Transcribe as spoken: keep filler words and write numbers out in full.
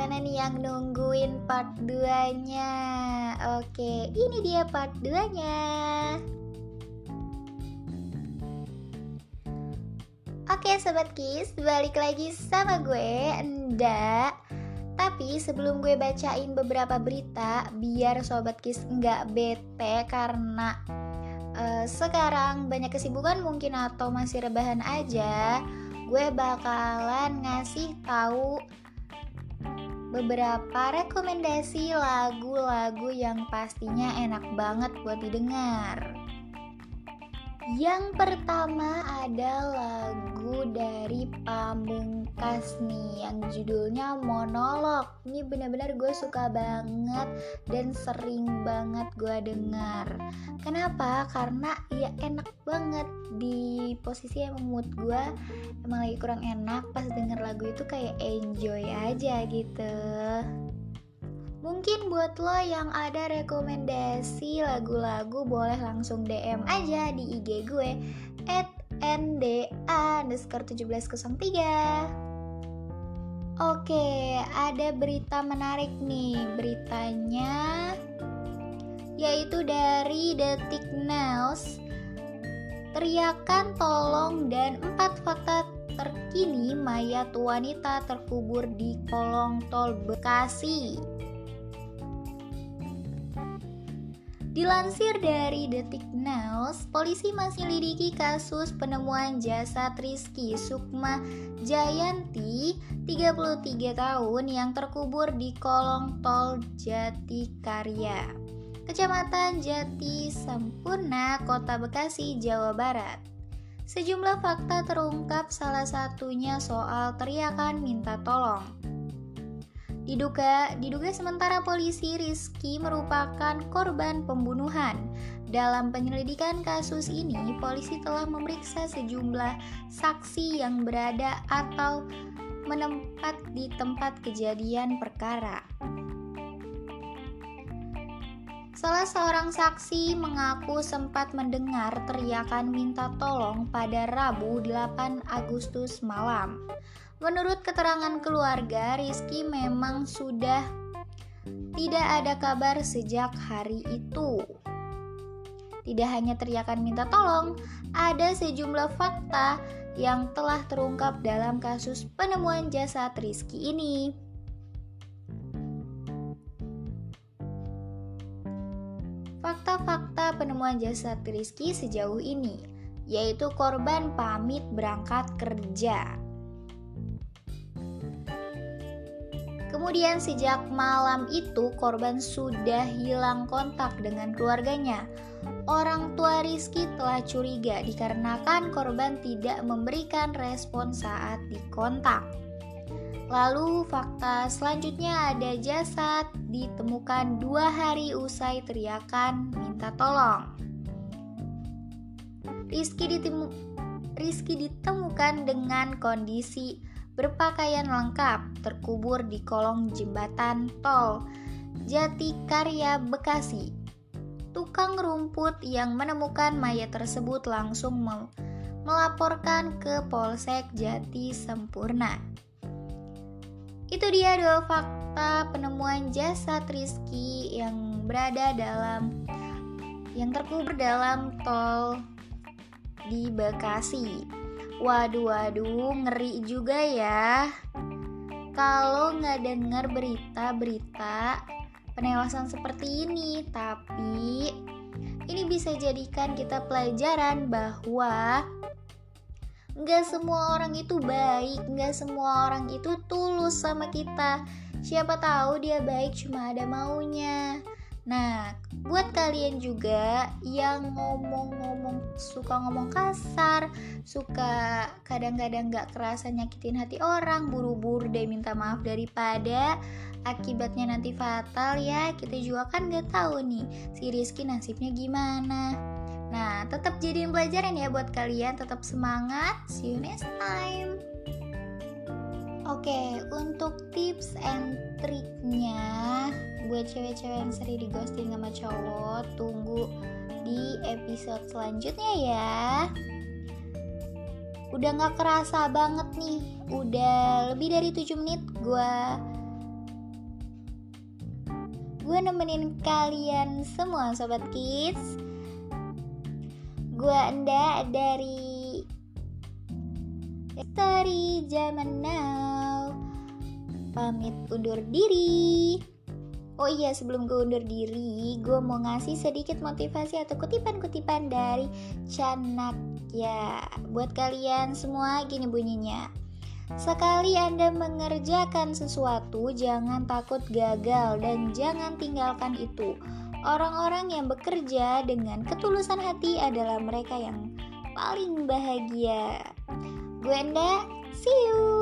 mana nih yang nungguin part dua-nya? Oke, ini dia part dua-nya. Oke Sobat Kiss, balik lagi sama gue, Enda. Tapi sebelum gue bacain beberapa berita, biar Sobat Kiss nggak bete karena uh, sekarang banyak kesibukan mungkin atau masih rebahan aja, gue bakalan ngasih tahu beberapa rekomendasi lagu-lagu yang pastinya enak banget buat didengar. Yang pertama ada lagu dari Pamungkas nih, yang judulnya Monolog. Ini benar-benar gue suka banget dan sering banget gue dengar. Kenapa? Karena ya enak banget, di posisi emang mood gue emang lagi kurang enak, pas denger lagu itu kayak enjoy aja gitu. Mungkin buat lo yang ada rekomendasi lagu-lagu boleh langsung D M aja di I G gue at N D A underscore tujuh belas nol tiga. Oke, ada berita menarik nih. Beritanya yaitu dari Detik News. Teriakan tolong dan empat fakta terkini mayat wanita terkubur di kolong tol Bekasi. Dilansir dari Detik News, polisi masih lidiki kasus penemuan jasad Rizky Sukma Jayanti, tiga puluh tiga tahun, yang terkubur di kolong tol Jatikarya, Kecamatan Jati Sampurna, Kota Bekasi, Jawa Barat. Sejumlah fakta terungkap, salah satunya soal teriakan minta tolong. Diduga, diduga sementara polisi Rizky merupakan korban pembunuhan. Dalam penyelidikan kasus ini, polisi telah memeriksa sejumlah saksi yang berada atau menempat di tempat kejadian perkara. Salah seorang saksi mengaku sempat mendengar teriakan minta tolong pada Rabu delapan Agustus malam. Menurut keterangan keluarga, Rizky memang sudah tidak ada kabar sejak hari itu. Tidak hanya teriakan minta tolong, ada sejumlah fakta yang telah terungkap dalam kasus penemuan jasad Rizky ini. Fakta-fakta penemuan jasad Rizky sejauh ini, yaitu korban pamit berangkat kerja. Kemudian sejak malam itu korban sudah hilang kontak dengan keluarganya. Orang tua Rizky telah curiga dikarenakan korban tidak memberikan respon saat dikontak. Lalu fakta selanjutnya ada jasad ditemukan dua hari usai teriakan minta tolong. Rizky, ditemu, Rizky ditemukan dengan kondisi berpakaian lengkap, terkubur di kolong jembatan tol Jatikarya, Bekasi. Tukang rumput yang menemukan mayat tersebut langsung me- melaporkan ke Polsek Jati Sampurna. Itu dia dua fakta penemuan jasad Rizky yang berada dalam yang terkubur dalam tol di Bekasi. Waduh, waduh, ngeri juga ya kalau nggak dengar berita-berita penewasan seperti ini. Tapi ini bisa jadikan kita pelajaran bahwa nggak semua orang itu baik, nggak semua orang itu tulus sama kita. Siapa tahu dia baik cuma ada maunya. Nah, buat kalian juga yang ngomong-ngomong, suka ngomong kasar, suka kadang-kadang gak kerasa nyakitin hati orang, buru-buru deh minta maaf daripada akibatnya nanti fatal ya. Kita juga kan gak tahu nih si Rizky nasibnya gimana. Nah, tetap jadiin pelajaran ya buat kalian, tetap semangat. See you next time. Oke, untuk tips and triknya buat cewek-cewek yang sering digosting sama cowok, tunggu di episode selanjutnya ya. Udah gak kerasa banget nih, udah lebih dari tujuh menit gue gue nemenin kalian semua Sobat Kids. Gue Enda dari Story Zaman Now, pamit undur diri. Oh iya, sebelum gue undur diri, gue mau ngasih sedikit motivasi atau kutipan-kutipan dari Chanakya. Buat kalian semua, gini bunyinya. Sekali Anda mengerjakan sesuatu, jangan takut gagal dan jangan tinggalkan itu. Orang-orang yang bekerja dengan ketulusan hati adalah mereka yang paling bahagia. Gue Enda, see you!